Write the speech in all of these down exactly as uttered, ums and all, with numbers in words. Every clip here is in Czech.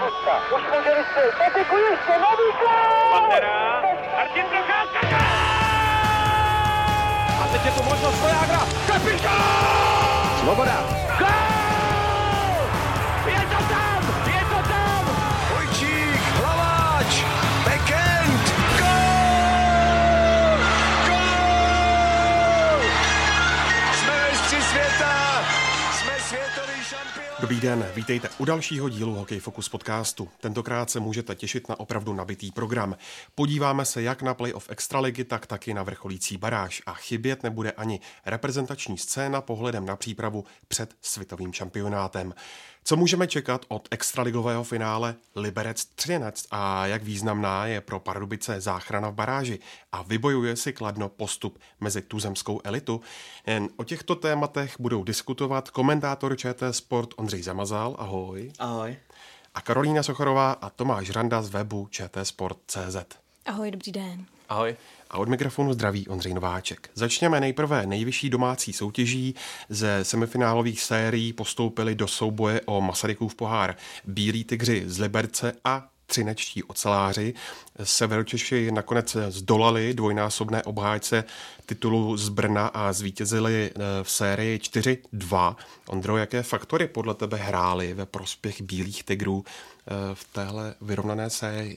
Procházka. Už může vystřelit. Patiku ještě, nový gól! Pantera. Martin Procházka. A teď je tu možnost Vojágra. Kapitán! Svoboda. Gól! Je to tam! Je to tam! Vojčík, Hlaváč, Bekend, gól! Gól! Jsme mistři světa! Jsme světový šampion! Dobrý den, vítejte u dalšího dílu Hokej Focus podcastu. Tentokrát se můžete těšit na opravdu nabitý program. Podíváme se jak na playoff extraligy, tak taky na vrcholící baráž a chybět nebude ani reprezentační scéna pohledem na přípravu před světovým šampionátem. Co můžeme čekat od extraligového finále Liberec Třinec a jak významná je pro Pardubice záchrana v baráži a vybojuje si Kladno postup mezi tuzemskou elitu? Jen o těchto tématech budou diskutovat komentátor ČT Sport Ondřej Zamazal, ahoj. Ahoj. A Karolína Sochorová a Tomáš Randa z webu čtsport tečka cé zet. Ahoj, dobrý den. Ahoj. A od mikrofonu zdraví Ondřej Nováček. Začněme nejprve nejvyšší domácí soutěží. Ze semifinálových sérií postoupili do souboje o Masarykův pohár Bílí tygři z Liberce a třinečtí oceláři. Severočeši nakonec zdolali dvojnásobné obhájce titulu z Brna a zvítězili v sérii čtyři dva. Ondro, jaké faktory podle tebe hrály ve prospěch Bílých tygrů v téhle vyrovnané sérii?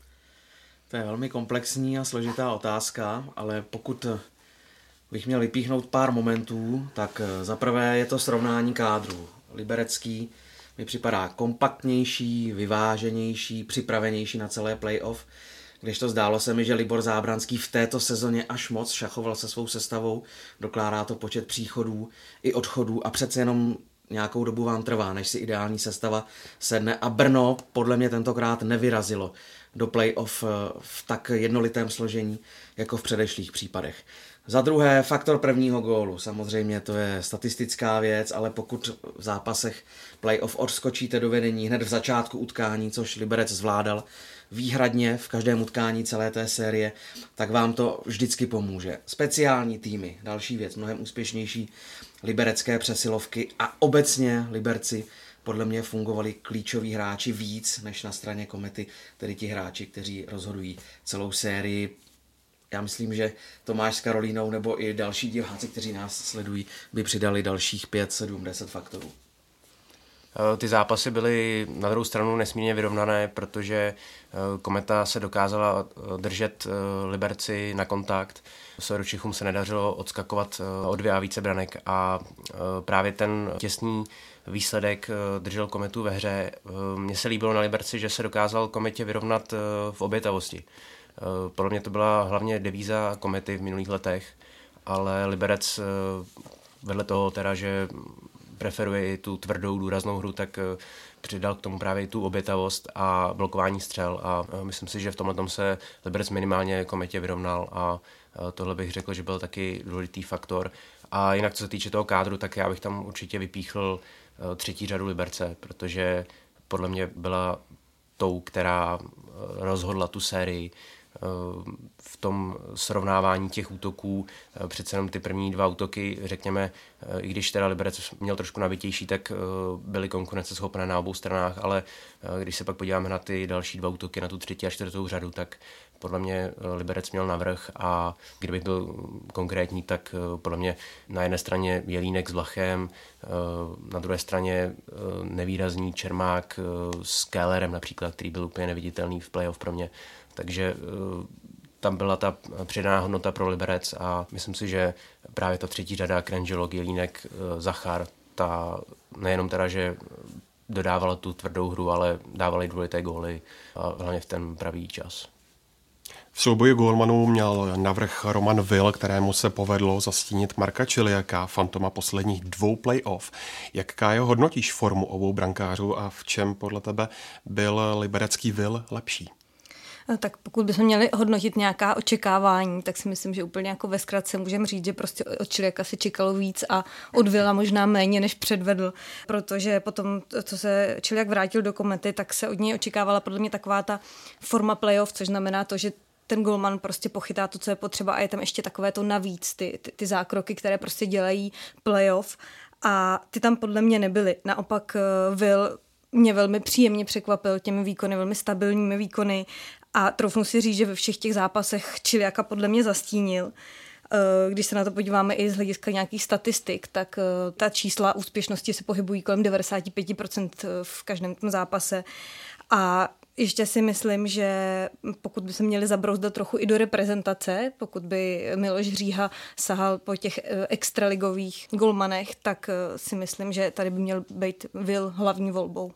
To je velmi komplexní a složitá otázka, ale pokud bych měl vypíchnout pár momentů, tak zaprvé je to srovnání kádru. Liberecký mi připadá kompaktnější, vyváženější, připravenější na celé playoff, kdežto zdálo se mi, že Libor Zábranský v této sezóně až moc šachoval se svou sestavou, dokládá to počet příchodů i odchodů a přece jenom nějakou dobu vám trvá, než si ideální sestava sedne a Brno podle mě tentokrát nevyrazilo do playoff v tak jednolitém složení jako v předešlých případech. Za druhé, faktor prvního gólu. Samozřejmě to je statistická věc, ale pokud v zápasech playoff odskočíte do vedení hned v začátku utkání, což Liberec zvládal výhradně v každém utkání celé té série, tak vám to vždycky pomůže. Speciální týmy, další věc, mnohem úspěšnější liberecké přesilovky a obecně Liberci podle mě fungovali klíčoví hráči víc než na straně Komety, tedy ti hráči, kteří rozhodují celou sérii. Já myslím, že Tomáš s Karolínou nebo i další diváci, kteří nás sledují, by přidali dalších pět, sedm, deset faktorů. Ty zápasy byly na druhou stranu nesmírně vyrovnané, protože Kometa se dokázala držet Liberci na kontakt. Severočechům se nedařilo odskakovat o dvě a více branek a právě ten těsný výsledek držel Kometu ve hře. Mně se líbilo na Liberci, že se dokázal Kometě vyrovnat v obětavosti. Podle mě to byla hlavně devíza Komety v minulých letech, ale Liberec vedle toho teda, že preferuje i tu tvrdou, důraznou hru, tak přidal k tomu právě tu obětavost a blokování střel a myslím si, že v tomhle tom se Liberec minimálně Kometě vyrovnal a tohle bych řekl, že byl taky důležitý faktor. A jinak, co se týče toho kádru, tak já bych tam určitě vypíchl třetí řadu Liberce, protože podle mě byla tou, která rozhodla tu sérii. V tom srovnávání těch útoků, přece jenom ty první dva útoky, řekněme, i když teda Liberec měl trošku nabitější, tak byly konkurenceschopné na obou stranách, ale když se pak podíváme na ty další dva útoky, na tu třetí a čtvrtou řadu, tak podle mě Liberec měl navrch a kdybych byl konkrétní, tak podle mě na jedné straně Jelínek s Vlachem, na druhé straně nevýrazný Čermák s Kellerem například, který byl úplně neviditelný v playoff pro mě. Takže tam byla ta přidaná hodnota pro Liberec a myslím si, že právě ta třetí řada, Krenželok, Jelínek, Zachar, ta nejenom teda, že dodávala tu tvrdou hru, ale dávali důležité góly a hlavně v ten pravý čas. V souboji gólmanů měl navrch Roman Will, kterému se povedlo zastínit Marka Čiliaka, fantoma posledních dvou playoff. Jaká je hodnotíš formu obou brankářů a v čem podle tebe byl liberecký Will lepší? Tak pokud bychom měli hodnotit nějaká očekávání, tak si myslím, že úplně jako ve zkratce můžeme říct, že prostě od Čiliaka se čekalo víc a od Vila možná méně, než předvedl, protože potom, co se Čiliak vrátil do Komety, tak se od něj očekávala podle mě taková ta forma playoff, což znamená to, že ten golman prostě pochytá to, co je potřeba a je tam ještě takové to navíc, ty, ty, ty zákroky, které prostě dělají playoff a ty tam podle mě nebyly. Naopak Will mě velmi příjemně překvapil těmi výkony, velmi stabilními výkony a troufnu si říct, že ve všech těch zápasech Čiliaka podle mě zastínil. Když se na to podíváme i z hlediska nějakých statistik, tak ta čísla úspěšnosti se pohybují kolem devadesát pět procent v každém tom zápase. A ještě si myslím, že pokud by se měli zabrouzdat trochu i do reprezentace, pokud by Miloš Hříha sahal po těch extraligových golmanech, tak si myslím, že tady by měl být Will hlavní volbou.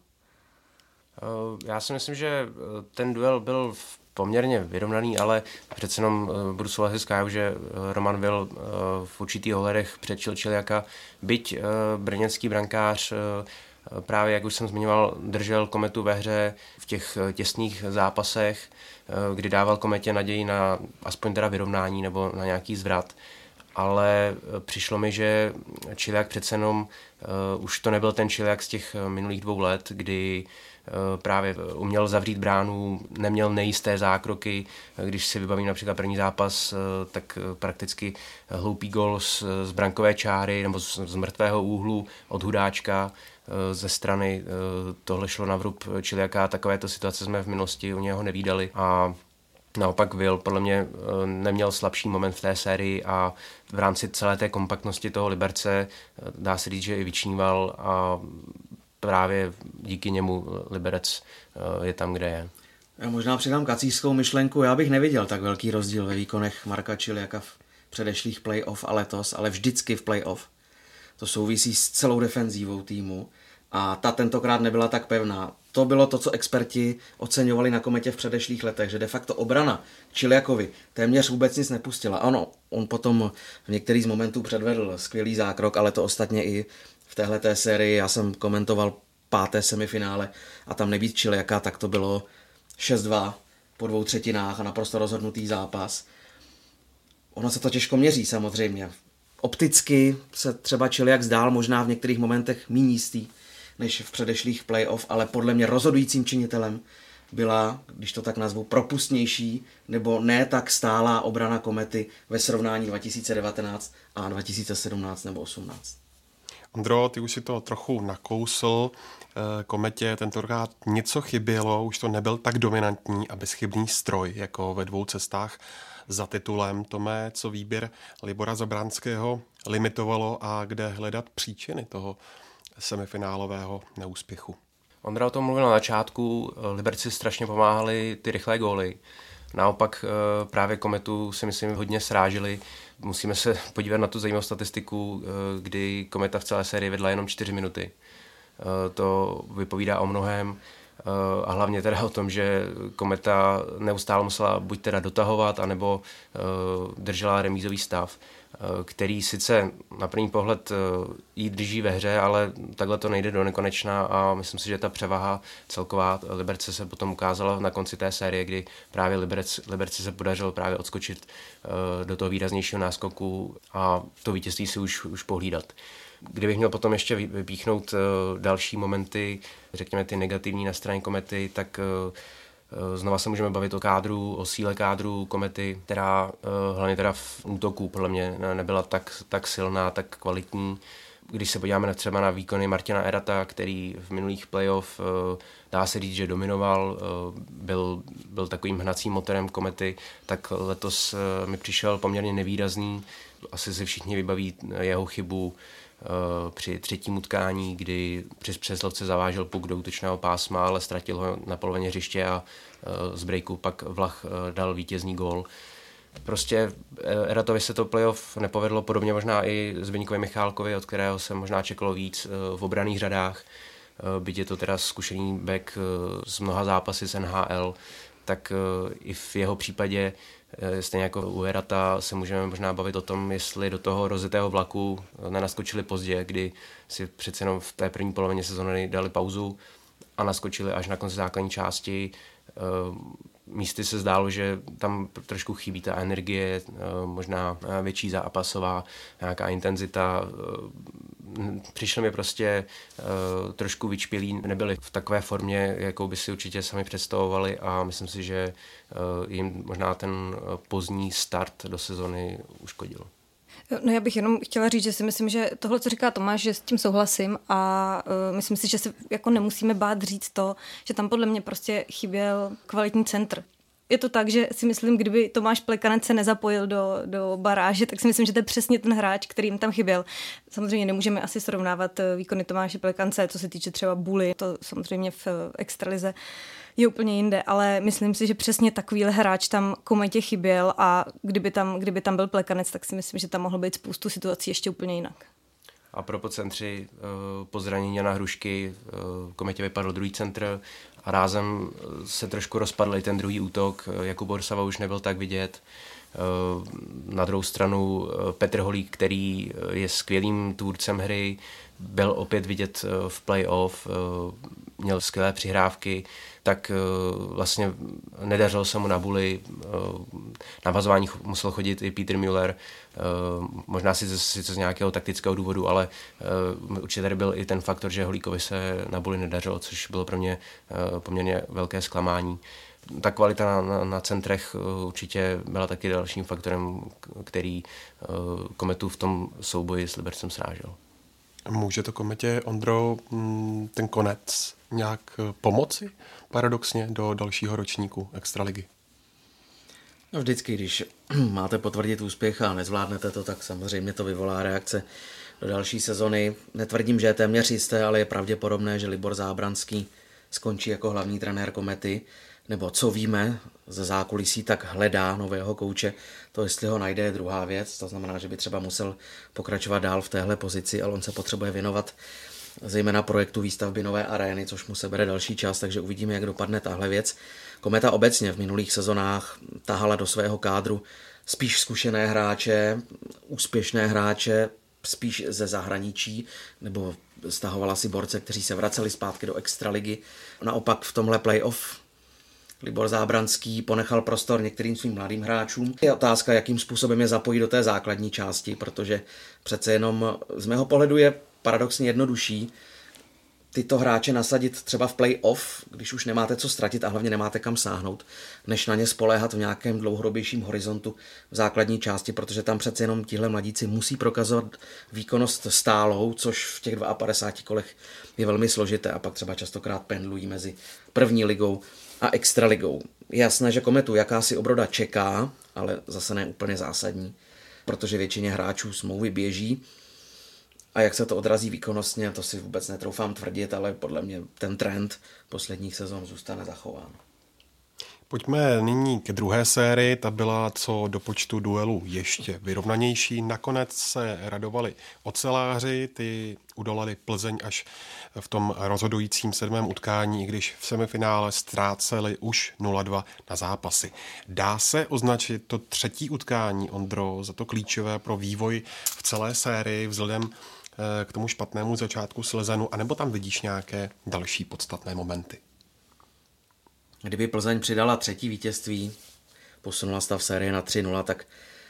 Já si myslím, že ten duel byl poměrně vyrovnaný, ale přece jenom budu souhlasit s Kájou, že Roman Will v určitých ohledech předčil Čiliaka, byť brněnský brankář právě, jak už jsem zmiňoval, držel Kometu ve hře v těch těsných zápasech, kdy dával Kometě naději na aspoň teda vyrovnání nebo na nějaký zvrat. Ale přišlo mi, že Čiliak přece jenom uh, už to nebyl ten Čiliak z těch minulých dvou let, kdy uh, právě uměl zavřít bránu, neměl nejisté zákroky. Když si vybavím například první zápas, uh, tak prakticky hloupý gol z, z brankové čáry nebo z, z mrtvého úhlu od Hudáčka uh, ze strany. Uh, tohle šlo na vrub Čiliaka, takovéto situace jsme v minulosti u něho nevídali a naopak Will podle mě neměl slabší moment v té sérii a v rámci celé té kompaktnosti toho Liberce dá se říct, že i vyčníval a právě díky němu Liberec je tam, kde je. Já možná přidám kacířskou myšlenku, já bych neviděl tak velký rozdíl ve výkonech Marka Čiliaka v předešlých playoff a letos, ale vždycky v playoff. To souvisí s celou defenzívou týmu a ta tentokrát nebyla tak pevná. To bylo to, co experti oceňovali na Kometě v předešlých letech, že de facto obrana Čiliakovi téměř vůbec nic nepustila. Ano, on potom v některých z momentů předvedl skvělý zákrok, ale to ostatně i v téhleté sérii. Já jsem komentoval páté semifinále a tam nebýt Čiliaka, tak to bylo šest dva po dvou třetinách a naprosto rozhodnutý zápas. Ono se to těžko měří samozřejmě. Opticky se třeba Čiliak zdál možná v některých momentech méně jistý než v předešlých playoff, ale podle mě rozhodujícím činitelem byla, když to tak nazvu, propustnější nebo ne tak stálá obrana Komety ve srovnání dva tisíce devatenáct a dva tisíce sedmnáct nebo osmnáct. Ondro, ty už si to trochu nakousl. Kometě tentokrát něco chybělo, už to nebyl tak dominantní a bezchybný stroj, jako ve dvou cestách za titulem. Tome, co výběr Libora Zabránského limitovalo a kde hledat příčiny toho semifinálového neúspěchu? Ondra o tom mluvil na začátku, Liberci strašně pomáhali ty rychlé góly. Naopak právě Kometu si myslím hodně srážili. Musíme se podívat na tu zajímavou statistiku, kdy Kometa v celé sérii vedla jenom čtyři minuty. To vypovídá o mnohém a hlavně teda o tom, že Kometa neustále musela buď teda dotahovat, anebo držela remízový stav, který sice na první pohled jí drží ve hře, ale takhle to nejde do nekonečna a myslím si, že ta převaha celková Liberce se potom ukázala na konci té série, kdy právě Liberec, Liberci se podařilo právě odskočit do toho výraznějšího náskoku a to vítězství si už, už pohlídat. Kdybych měl potom ještě vypíchnout další momenty, řekněme ty negativní na straně Komety, tak znova se můžeme bavit o kádru, o síle kádru Komety, která hlavně teda v útoku podle mě nebyla tak, tak silná, tak kvalitní. Když se podíváme třeba na výkony Martina Erata, který v minulých playoff dá se říct, že dominoval, byl, byl takovým hnacím motorem Komety, tak letos mi přišel poměrně nevýrazný. Asi si všichni vybaví jeho chybu při třetím utkání, kdy při přeslovce zavážel puk do útočného pásma, ale ztratil ho na polovině hřiště a z breaku pak Vlach dal vítězný gól. Prostě Eratovi se to playoff nepovedlo, podobně možná i Zbyňkovi Michálkovi, od kterého se možná čekalo víc v obranných řadách. Byť je to teda zkušený back z mnoha zápasy z N H L, tak i v jeho případě, stejně jako u Erata, se můžeme možná bavit o tom, jestli do toho rozjetého vlaku nenaskočili pozdě, kdy si přece jenom v té první polovině sezóny dali pauzu a naskočili až na konci základní části. Místy se zdálo, že tam trošku chybí ta energie, možná větší zápasová nějaká intenzita. Přišli mi prostě trošku vyčpělí, nebyli v takové formě, jakou by si určitě sami představovali a myslím si, že jim možná ten pozdní start do sezony uškodil. No já bych jenom chtěla říct, že si myslím, že tohle, co říká Tomáš, že s tím souhlasím a uh, myslím si, že se jako nemusíme bát říct to, že tam podle mě prostě chyběl kvalitní centr. Je to tak, že si myslím, kdyby Tomáš Plekanec se nezapojil do, do baráže, tak si myslím, že to je přesně ten hráč, který jim tam chyběl. Samozřejmě nemůžeme asi srovnávat výkony Tomáše Plekance, co se týče třeba Buly, to samozřejmě v extralize je úplně jinde, ale myslím si, že přesně takovýhle hráč tam Kometě chyběl a kdyby tam, kdyby tam byl Plekanec, tak si myslím, že tam mohlo být spoustu situací ještě úplně jinak. A pro centři po zranění Jana Hrušky Kometě vypadl druhý centr a rázem se trošku rozpadl i ten druhý útok. Jakub Orsava už nebyl tak vidět. Na druhou stranu Petr Holík, který je skvělým tvůrcem hry, byl opět vidět v play-off, měl skvělé přihrávky, tak vlastně nedařilo se mu na Buly. Na vazování musel chodit i Peter Müller, možná sice, sice z nějakého taktického důvodu, ale určitě tady byl i ten faktor, že Holíkovi se na Buly nedařilo, což bylo pro mě poměrně velké zklamání. Ta kvalita na, na, na centrech určitě byla taky dalším faktorem, který Kometu v tom souboji s Libercem srážel. Může to Kometě, Ondro, ten konec nějak pomoci paradoxně do dalšího ročníku extraligy? No vždycky, když máte potvrdit úspěch a nezvládnete to, tak samozřejmě to vyvolá reakce do další sezony. Netvrdím, že je téměř jisté, ale je pravděpodobné, že Libor Zábranský skončí jako hlavní trenér Komety, nebo co víme ze zákulisí, tak hledá nového kouče. To, jestli ho najde, je druhá věc. To znamená, že by třeba musel pokračovat dál v téhle pozici, ale on se potřebuje věnovat zejména projektu výstavby nové arény, což mu sebere další čas, takže uvidíme, jak dopadne tahle věc. Kometa obecně v minulých sezonách tahala do svého kádru spíš zkušené hráče, úspěšné hráče, spíš ze zahraničí, nebo stahovala si borce, kteří se vraceli zpátky do extraligy. Naopak v tomhle playoff Libor Zábranský ponechal prostor některým svým mladým hráčům. Je otázka, jakým způsobem je zapojí do té základní části, protože přece jenom z mého pohledu je paradoxně jednodušší tyto hráče nasadit třeba v play-off, když už nemáte co ztratit a hlavně nemáte kam sáhnout, než na ně spoléhat v nějakém dlouhodobějším horizontu v základní části, protože tam přece jenom tihle mladíci musí prokazovat výkonnost stálou, což v těch padesát dva kolech je velmi složité a pak třeba častokrát pendlují mezi první ligou a extraligou. Je jasné, že Kometu jakási obroda čeká, ale zase ne úplně zásadní, protože většině hráčů smlouvy běží. A jak se to odrazí výkonnostně, to si vůbec netroufám tvrdit, ale podle mě ten trend posledních sezon zůstane zachován. Pojďme nyní ke druhé sérii, ta byla co do počtu duelů ještě vyrovnanější. Nakonec se radovali oceláři, ty udolali Plzeň až v tom rozhodujícím sedmém utkání, i když v semifinále ztráceli už nula dva na zápasy. Dá se označit to třetí utkání, Ondro, za to klíčové pro vývoj v celé sérii vzhledem k tomu špatnému začátku Slezanu, anebo tam vidíš nějaké další podstatné momenty? Kdyby Plzeň přidala třetí vítězství, posunula stav série na tři nula, tak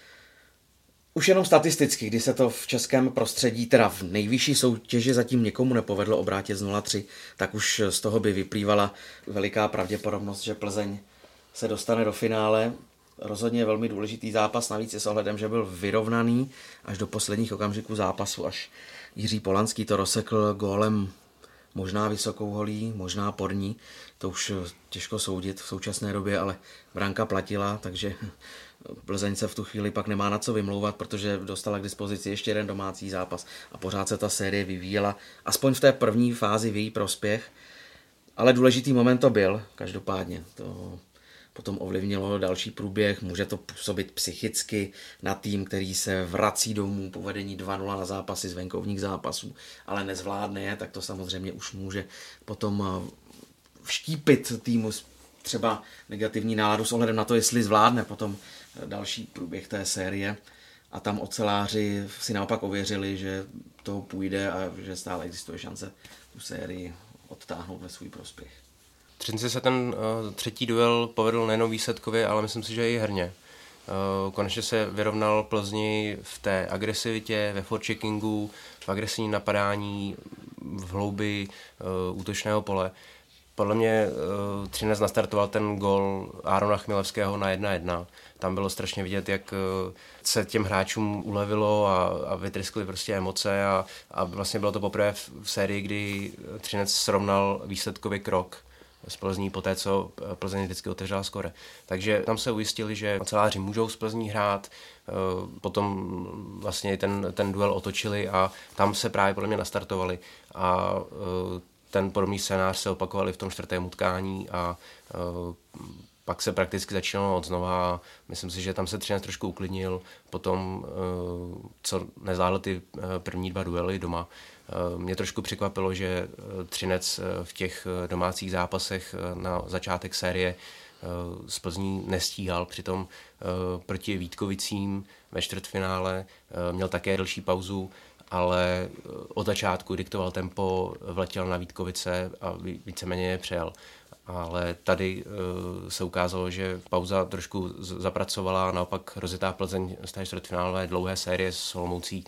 už jenom statisticky, kdy se to v českém prostředí, teda v nejvyšší soutěži zatím někomu nepovedlo obrátit z nula tři, tak už z toho by vyplývala veliká pravděpodobnost, že Plzeň se dostane do finále. Rozhodně je velmi důležitý zápas, navíc je s ohledem, že byl vyrovnaný až do posledních okamžiků zápasu, až Jiří Polanský to rozsekl gólem možná vysokou holí, možná podní, to už těžko soudit v současné době, ale branka platila, takže Plzeň se v tu chvíli pak nemá na co vymlouvat, protože dostala k dispozici ještě jeden domácí zápas a pořád se ta série vyvíjela, aspoň v té první fázi v její prospěch, ale důležitý moment to byl, každopádně. To potom ovlivnilo další průběh, může to působit psychicky na tým, který se vrací domů po vedení dva nula na zápasy z venkovních zápasů, ale nezvládne je, tak to samozřejmě už může potom vštípit týmu třeba negativní náladu s ohledem na to, jestli zvládne potom další průběh té série. A tam oceláři si naopak ověřili, že to půjde a že stále existuje šance tu sérii odtáhnout ve svůj prospěch. Třinci se ten uh, třetí duel povedl nejen výsledkově, ale myslím si, že i herně. Uh, konečně se vyrovnal Plzni v té agresivitě, ve forecheckingu, v agresivním napadání, v hloubi uh, útočného pole. Podle mě uh, Třinec nastartoval ten gól Árona Chmělevského na jedna jedna. Tam bylo strašně vidět, jak uh, se těm hráčům ulevilo a, a vytryskly prostě emoce a, a vlastně bylo to poprvé v, v sérii, kdy Třinec srovnal výsledkový krok z Plzní po té, co Plzeň vždycky otevřela skore. Takže tam se ujistili, že kanceláři můžou z Plzní hrát, potom vlastně ten, ten duel otočili a tam se právě podle mě nastartovali a ten podobný scénář se opakoval i v tom čtvrtém utkání a pak se prakticky začínalo od znova. Myslím si, že tam se Třinec trošku uklidnil, potom co nezvládl ty první dva duely doma. Mě trošku překvapilo, že Třinec v těch domácích zápasech na začátek série z Plzní nestíhal, přitom proti Vítkovicím ve čtvrtfinále měl také delší pauzu, ale od začátku diktoval tempo, vletěl na Vítkovice a víceméně je přejel. Ale tady se ukázalo, že pauza trošku zapracovala a naopak rozjetá Plzeň z té čtvrtfinálové dlouhé série s Olomoucí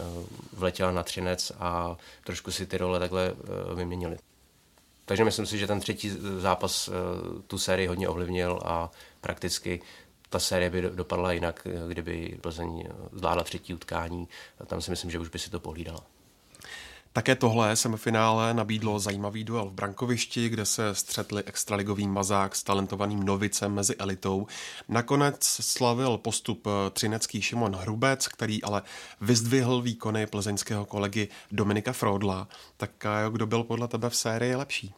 vletěla na Třinec a trošku si ty role takhle vyměnili. Takže myslím si, že ten třetí zápas tu sérii hodně ovlivnil a prakticky ta série by dopadla jinak, kdyby Plzeň zvládla třetí utkání. Tam si myslím, že už by si to pohlídala. Také tohle semifinále nabídlo zajímavý duel v brankovišti, kde se střetli extraligový mazák s talentovaným novicem mezi elitou. Nakonec slavil postup třinecký Šimon Hrubec, který ale vyzdvihl výkony plzeňského kolegy Dominika Frodla. Tak kdo byl podle tebe v sérii lepší?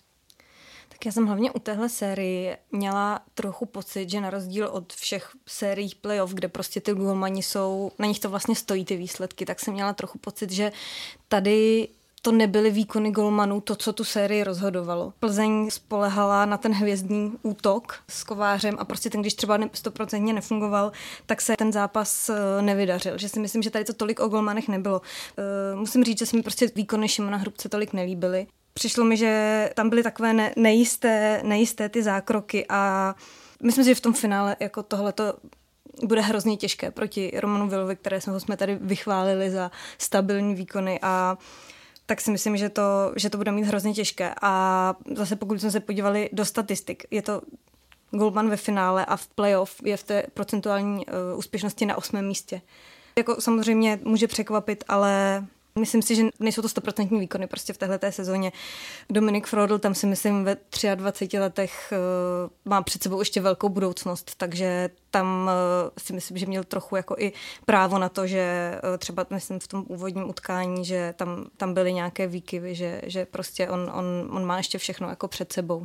Tak já jsem hlavně u téhle série měla trochu pocit, že na rozdíl od všech sérií playoff, kde prostě ty golmani jsou, na nich to vlastně stojí ty výsledky, tak jsem měla trochu pocit, že tady to nebyly výkony golmanů, to, co tu sérii rozhodovalo. Plzeň spolehala na ten hvězdný útok s Kovářem a prostě ten, když třeba stoprocentně nefungoval, tak se ten zápas nevydařil. Že si myslím, že tady to tolik o golmanech nebylo. Musím říct, že se mi prostě výkony Šimona Hrubce tolik nelíbily. Přišlo mi, že tam byly takové ne- nejisté, nejisté ty zákroky a myslím si, že v tom finále jako tohleto bude hrozně těžké proti Romanu Vilovi, které jsme tady vychválili za stabilní výkony a tak si myslím, že to, že to bude mít hrozně těžké. A zase pokud jsme se podívali do statistik, je to golman ve finále a v playoff je v té procentuální uh, úspěšnosti na osmém místě. Jako samozřejmě může překvapit, ale myslím si, že nejsou to stoprocentní výkony prostě v téhleté sezóně. Dominik Frodl tam si myslím ve dvaceti třech letech uh, má před sebou ještě velkou budoucnost, takže tam uh, si myslím, že měl trochu jako i právo na to, že uh, třeba myslím v tom úvodním utkání, že tam, tam byly nějaké výkyvy, že, že prostě on, on, on má ještě všechno jako před sebou.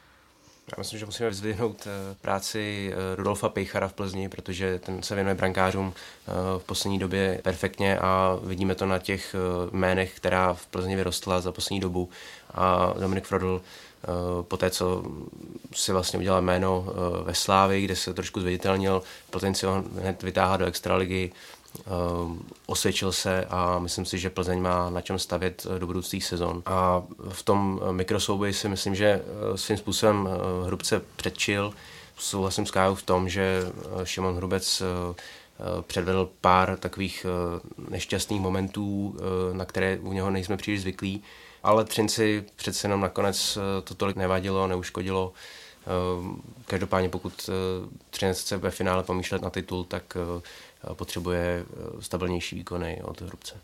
Já myslím, že musíme vyzdvihnout práci Rudolfa Pejchara v Plzni, protože ten se věnuje brankářům v poslední době perfektně a vidíme to na těch jménech, která v Plzni vyrostla za poslední dobu. A Dominik Frodl po té, co si vlastně udělal jméno ve Slávii, kde se trošku zviditelnil, Plzeň si ho hned vytáhá do extraligy, osvědčil se a myslím si, že Plzeň má na čem stavět do budoucích sezon. A v tom mikrosouboji si myslím, že svým způsobem Hrubce předčil. Souhlasím s Kájou v tom, že Šimon Hrubec předvedl pár takových nešťastných momentů, na které u něho nejsme příliš zvyklí, ale Třinci přece jenom nakonec to tolik nevadilo, neuškodilo. Každopádně pokud Třinec chce ve finále pomýšlet na titul, tak potřebuje stabilnější výkony od Hrubce.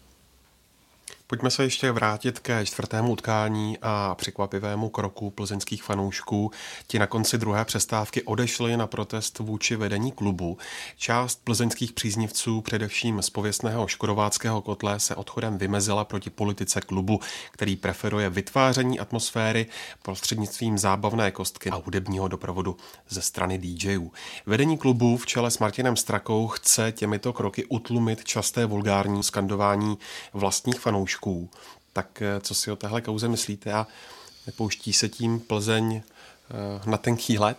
Pojďme se ještě vrátit ke čtvrtému utkání a překvapivému kroku plzeňských fanoušků. Ti na konci druhé přestávky odešli na protest vůči vedení klubu. Část plzeňských příznivců, především z pověstného škodováckého kotle, se odchodem vymezila proti politice klubu, který preferuje vytváření atmosféry prostřednictvím zábavné kostky a hudebního doprovodu ze strany dý džejů. Vedení klubu v čele s Martinem Strakou chce těmito kroky utlumit časté vulgární skandování vlastních fanoušků. Tak co si o téhle kauze myslíte a nepouští se tím Plzeň na tenký led?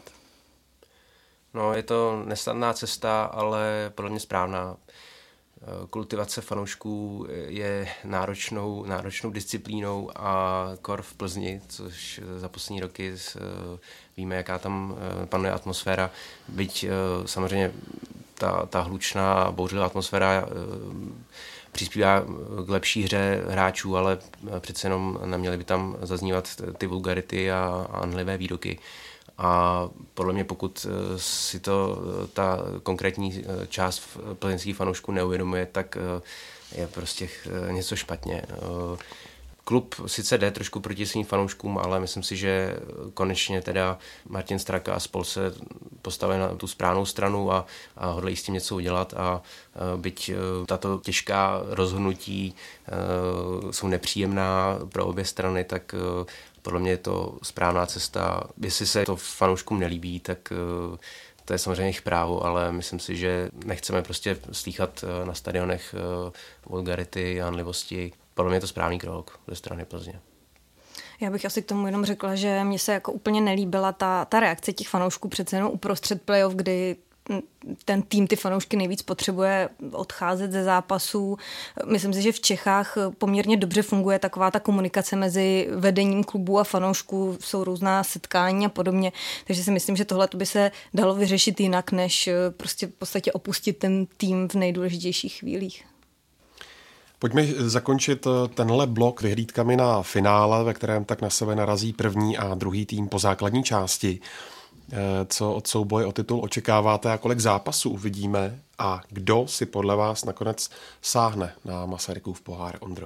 No, je to nesnadná cesta, ale podle mě správná. Kultivace fanoušků je náročnou, náročnou disciplínou a kor v Plzni, což za poslední roky víme, jaká tam panuje atmosféra. Byť samozřejmě ta, ta hlučná, bouřlivá atmosféra přispívá k lepší hře hráčů, ale přece jenom neměly by tam zaznívat ty vulgarity a, a hanlivé výroky. A podle mě, pokud si to ta konkrétní část plzeňských fanoušků neuvědomuje, tak je prostě něco špatně. Klub sice jde trošku proti svým fanouškům, ale myslím si, že konečně teda Martin Straka a spol se postavili na tu správnou stranu a, a hodlají s tím něco udělat. A byť tato těžká rozhodnutí jsou nepříjemná pro obě strany, tak podle mě je to správná cesta. Jestli se to fanouškům nelíbí, tak to je samozřejmě jejich právo, ale myslím si, že nechceme prostě slýchat na stadionech vulgarity, hanlivosti. Podle mě je to správný krok ze strany Plzně. Já bych asi k tomu jenom řekla, že mně se jako úplně nelíbila ta, ta reakce těch fanoušků přece jenom uprostřed playoff, kdy ten tým ty fanoušky nejvíc potřebuje odcházet ze zápasů. Myslím si, že v Čechách poměrně dobře funguje taková ta komunikace mezi vedením klubu a fanoušků, jsou různá setkání a podobně, takže si myslím, že tohle by se dalo vyřešit jinak, než prostě v podstatě opustit ten tým v nejdůležitějších chvílích. Pojďme zakončit tenhle blok vyhlídkami na finále, ve kterém tak na sebe narazí první a druhý tým po základní části. Co od souboje o titul očekáváte a kolik zápasů uvidíme a kdo si podle vás nakonec sáhne na Masarykův pohár, Ondro?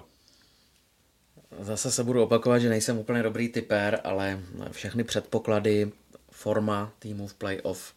Zase se budu opakovat, že nejsem úplně dobrý tipér, ale všechny předpoklady, forma týmu v playoff,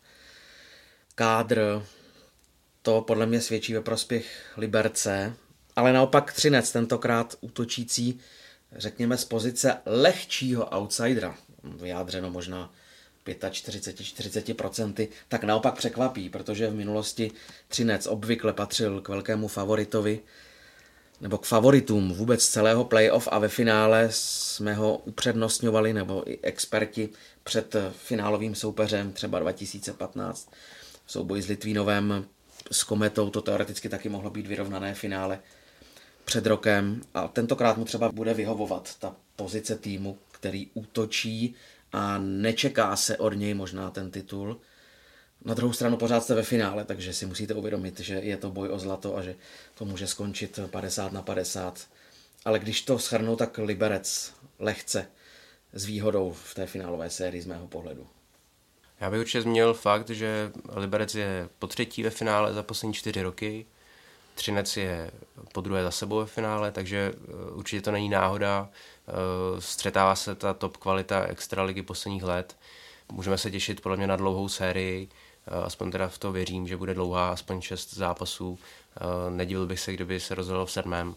kádr, to podle mě svědčí ve prospěch Liberce, ale naopak Třinec, tentokrát útočící, řekněme z pozice lehčího outsidera, vyjádřeno možná čtyřicet pět až čtyřicet procent, tak naopak překvapí, protože v minulosti Třinec obvykle patřil k velkému favoritovi, nebo k favoritům vůbec celého playoff a ve finále jsme ho upřednostňovali, nebo i experti před finálovým soupeřem, třeba dva tisíce patnáct, v souboji s Litvínovem, s Kometou, to teoreticky taky mohlo být vyrovnané finále před rokem a tentokrát mu třeba bude vyhovovat ta pozice týmu, který útočí a nečeká se od něj možná ten titul. Na druhou stranu pořád jste ve finále, takže si musíte uvědomit, že je to boj o zlato a že to může skončit padesát na padesát. Ale když to shrnu, tak Liberec lehce s výhodou v té finálové sérii z mého pohledu. Já bych určitě zmínil fakt, že Liberec je po třetí ve finále za poslední čtyři roky. Třinec je po druhé za sebou ve finále, takže určitě to není náhoda. Střetává se ta top kvalita extraligy posledních let. Můžeme se těšit podle mě na dlouhou sérii, aspoň teda v to věřím, že bude dlouhá, aspoň šest zápasů. Nedivil bych se, kdyby se rozhodlo v sedmém.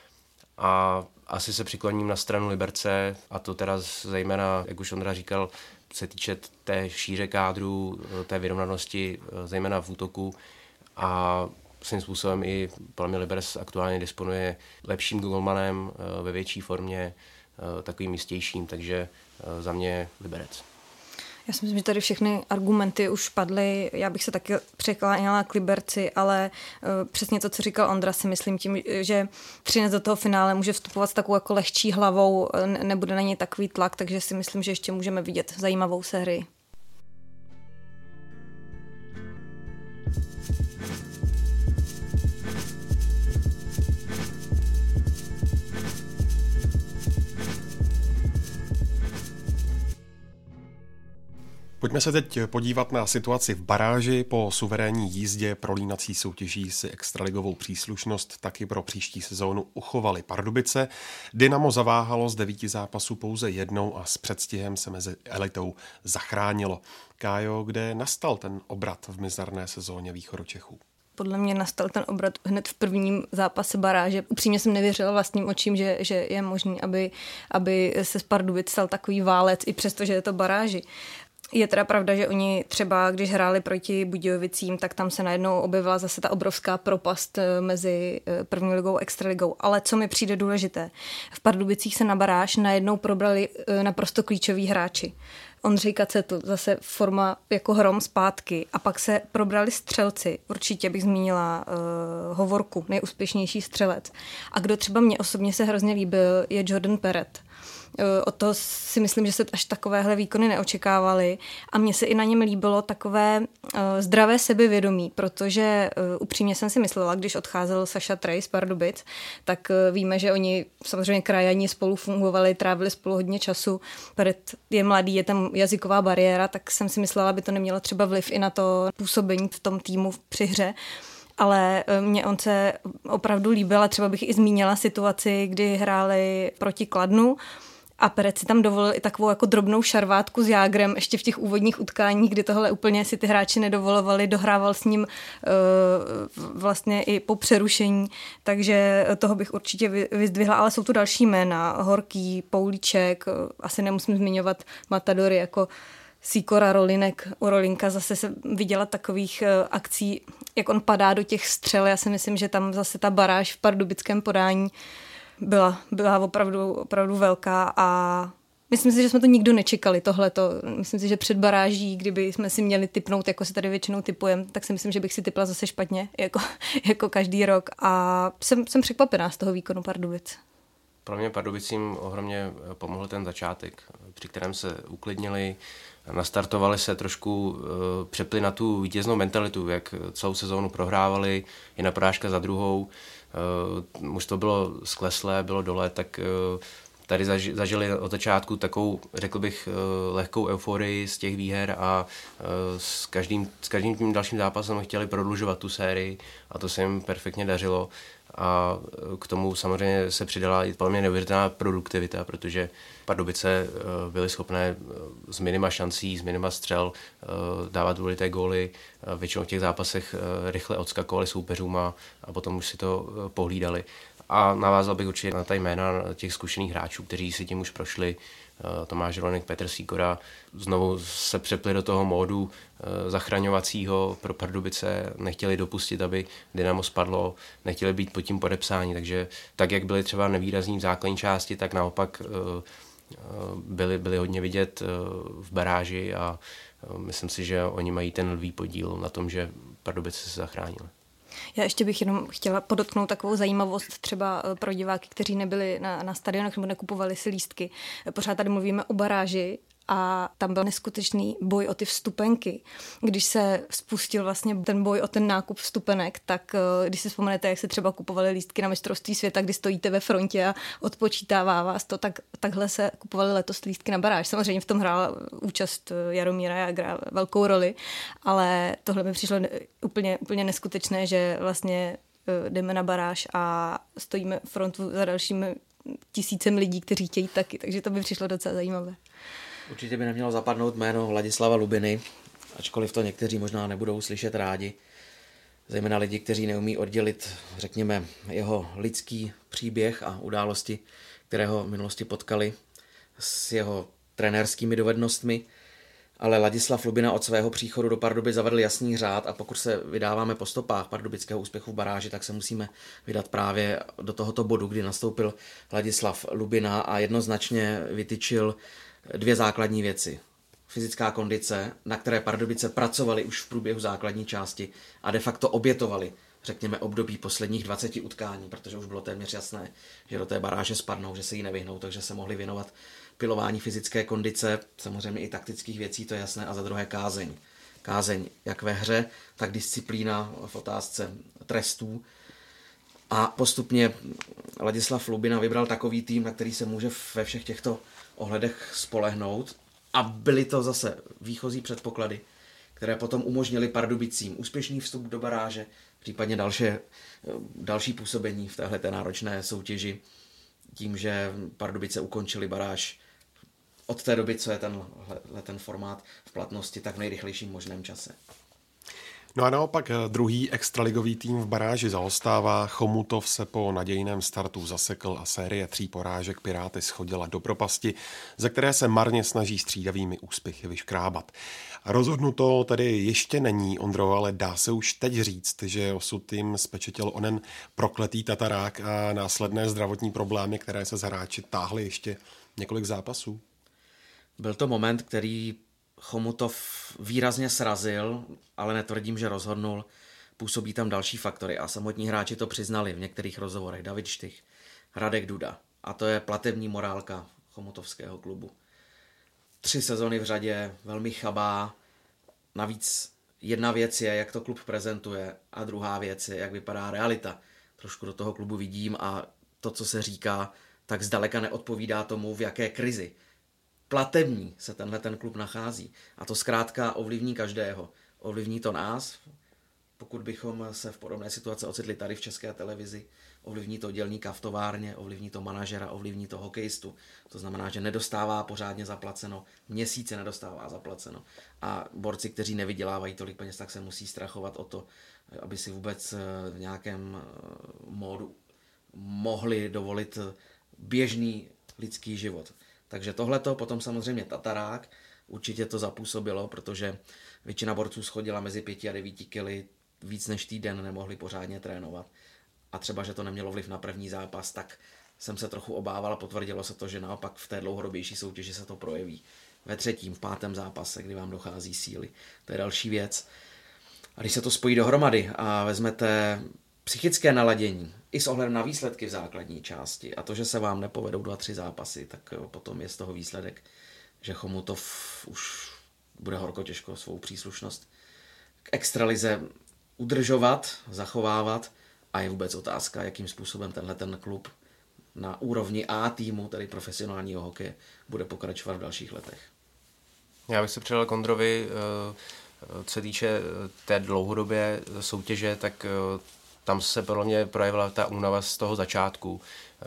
A asi se přikloním na stranu Liberce, a to teda zejména, jak už Ondra říkal, se týče té šíře kádru, té vyrovnanosti, zejména v útoku. A svým způsobem i podle mě Liberec aktuálně disponuje lepším golmanem, ve větší formě, takovým jistějším, takže za mě Liberec. Já si myslím, že tady všechny argumenty už padly. Já bych se taky překláněla k Liberci, ale uh, přesně to, co říkal Ondra, si myslím tím, že Třinec do toho finále může vstupovat s takovou jako lehčí hlavou, ne- nebude na něj takový tlak, takže si myslím, že ještě můžeme vidět zajímavou sérii. Pojďme se teď podívat na situaci v baráži. Po suverénní jízdě prolínací soutěží si extraligovou příslušnost taky pro příští sezónu uchovali Pardubice. Dynamo zaváhalo z devíti zápasů pouze jednou a s předstihem se mezi elitou zachránilo. Kájo, kde nastal ten obrat v mizerné sezóně Východočechů? Podle mě nastal ten obrat hned v prvním zápase baráže. Upřímně jsem nevěřila vlastním očím, že, že je možný, aby, aby se z Pardubic stal takový válec, i přesto, že je to baráži. Je teda pravda, že oni třeba, když hráli proti Budějovicím, tak tam se najednou objevila zase ta obrovská propast mezi první ligou a extraligou. Ale co mi přijde důležité, v Pardubicích se na baráž najednou probrali naprosto klíčoví hráči. Ondřej Kacetl, zase forma jako hrom zpátky. A pak se probrali střelci. Určitě bych zmínila uh, Hovorku, nejúspěšnější střelec. A kdo třeba mě osobně se hrozně líbil, je Jordan Perret. Od toho si myslím, že se až takovéhle výkony neočekávaly a mně se i na něm líbilo takové zdravé sebevědomí, protože upřímně jsem si myslela, když odcházel Saša Trej z Pardubic, tak víme, že oni samozřejmě krajani spolu fungovali, trávili spolu hodně času, Peret je mladý, je tam jazyková bariéra, tak jsem si myslela, aby to nemělo třeba vliv i na to působení v tom týmu při hře. Ale mě on se opravdu líbil a třeba bych i zmínila situaci, kdy hráli proti Kladnu a Peret si tam dovolil i takovou jako drobnou šarvátku s Jágrem ještě v těch úvodních utkáních, kdy tohle úplně si ty hráči nedovolovali, dohrával s ním uh, vlastně i po přerušení, takže toho bych určitě vyzdvihla, ale jsou tu další jména, Horký, Poulíček, asi nemusím zmiňovat Matadory jako Sýkora, Rolinek, u Rolinka zase se viděla takových uh, akcí, jak on padá do těch střel. Já si myslím, že tam zase ta baráž v pardubickém podání byla, byla opravdu, opravdu velká a myslím si, že jsme to nikdo nečekali, tohleto. Myslím si, že před baráží, kdyby jsme si měli tipnout, jako si tady většinou tipujeme, tak si myslím, že bych si tipla zase špatně, jako, jako každý rok a jsem, jsem překvapená z toho výkonu Pardubic. Pro mě Pardubicím ohromně pomohl ten začátek, při kterém se uklidnili, nastartovali se trošku, přepli na tu vítěznou mentalitu, jak celou sezónu prohrávali, jedna porážka za druhou, už to bylo skleslé, bylo dole, tak tady zažili od začátku takovou, řekl bych, lehkou euforii z těch výher a s každým, s každým tím dalším zápasem chtěli prodlužovat tu sérii a to se jim perfektně dařilo. A k tomu samozřejmě se přidala i velmi neuvěřitelná produktivita, protože Pardubice byly schopné z minima šancí, z minima střel dávat důležité góly. Většinou v těch zápasech rychle odskakovali soupeřům a, a potom už si to pohlídali. A navázal bych určitě na ta jména těch zkušených hráčů, kteří si tím už prošli. Tomáš Rolinek, Petr Sýkora znovu se přepli do toho módu zachraňovacího pro Pardubice, nechtěli dopustit, aby Dynamo spadlo, nechtěli být pod tím podepsání, takže tak, jak byli třeba nevýrazní v základní části, tak naopak byli, byli hodně vidět v baráži a myslím si, že oni mají ten lví podíl na tom, že Pardubice se zachránili. Já ještě bych jenom chtěla podotknout takovou zajímavost třeba pro diváky, kteří nebyli na, na stadionech nebo nekupovali si lístky. Pořád tady mluvíme o baráži a tam byl neskutečný boj o ty vstupenky. Když se spustil vlastně ten boj o ten nákup vstupenek, tak když si vzpomenete, jak se třeba kupovali lístky na mistrovství světa, kdy stojíte ve frontě a odpočítává vás to, tak takhle se kupovali letos lístky na baráž. Samozřejmě v tom hrála účast Jaromíra Jágra velkou roli, ale tohle mi přišlo úplně, úplně neskutečné, že vlastně jdeme na baráž a stojíme frontu za dalšími tisícem lidí, kteří chtějí taky, takže to by přišlo docela zajímavé. Určitě by nemělo zapadnout jméno Ladislava Lubiny, ačkoliv to někteří možná nebudou slyšet rádi. Zejména lidi, kteří neumí oddělit, řekněme, jeho lidský příběh a události, které ho v minulosti potkali, s jeho trenérskými dovednostmi. Ale Ladislav Lubina od svého příchodu do Pardubic zavedl jasný řád a pokud se vydáváme po stopách pardubického úspěchu v baráži, tak se musíme vydat právě do tohoto bodu, kdy nastoupil Ladislav Lubina a jednoznačně vytyčil dvě základní věci. Fyzická kondice, na které Pardubice pracovali už v průběhu základní části a de facto obětovali, řekněme, období posledních dvaceti utkání, protože už bylo téměř jasné, že do té baráže spadnou, že se jí nevyhnou, takže se mohli věnovat pilování fyzické kondice, samozřejmě i taktických věcí, to je jasné, a za druhé kázeň. Kázeň jak ve hře, tak disciplína v otázce trestů. A postupně Ladislav Lubina vybral takový tým, na který se může ve všech těchto ohledech spolehnout. A byly to zase výchozí předpoklady, které potom umožnily Pardubicím úspěšný vstup do baráže, případně další, další působení v téhleté náročné soutěži, tím, že Pardubice ukončili baráž od té doby, co je ten, ten formát v platnosti, tak v nejrychlejším možném čase. No a naopak druhý extraligový tým v baráži zaostává. Chomutov se po nadějném startu zasekl a série tří porážek Piráty schodila do propasti, ze které se marně snaží střídavými úspěchy vyškrábat. Rozhodnuto tedy ještě není, Ondro, ale dá se už teď říct, že osud jim spečetil onen prokletý tatarák a následné zdravotní problémy, které se z hráči táhly ještě několik zápasů. Byl to moment, který Chomutov výrazně srazil, ale netvrdím, že rozhodnul. Působí tam další faktory a samotní hráči to přiznali v některých rozhovorech. David Štych, Radek Duda. A to je platební morálka chomutovského klubu. Tři sezony v řadě, velmi chabá. Navíc jedna věc je, jak to klub prezentuje, a druhá věc je, jak vypadá realita. Trošku do toho klubu vidím a to, co se říká, tak zdaleka neodpovídá tomu, v jaké krizi platební se tenhle ten klub nachází. A to zkrátka ovlivní každého. Ovlivní to nás, pokud bychom se v podobné situaci ocitli tady v České televizi, ovlivní to dělníka v továrně, ovlivní to manažera, ovlivní to hokejistu. To znamená, že nedostává pořádně zaplaceno, měsíce nedostává zaplaceno. A borci, kteří nevydělávají tolik peněz, tak se musí strachovat o to, aby si vůbec v nějakém módu mohli dovolit běžný lidský život. Takže tohleto, potom samozřejmě Tatarák, určitě to zapůsobilo, protože většina borců schodila mezi pěti a devíti kily, víc než týden nemohli pořádně trénovat. A třeba, že to nemělo vliv na první zápas, tak jsem se trochu obával a potvrdilo se to, že naopak v té dlouhodobější soutěži se to projeví. Ve třetím, v pátém zápase, kdy vám dochází síly. To je další věc. A když se to spojí dohromady a vezmete psychické naladění, i s ohledem na výsledky v základní části a to, že se vám nepovedou dva, tři zápasy, tak potom je z toho výsledek, že Chomutov už bude horko těžko svou příslušnost k extralize udržovat, zachovávat a je vůbec otázka, jakým způsobem tenhle ten klub na úrovni A týmu, tedy profesionálního hokeje, bude pokračovat v dalších letech. Já bych se přidal k Ondrovi, co se týče té dlouhodobé soutěže, tak tam se podle mě projevila ta únava z toho začátku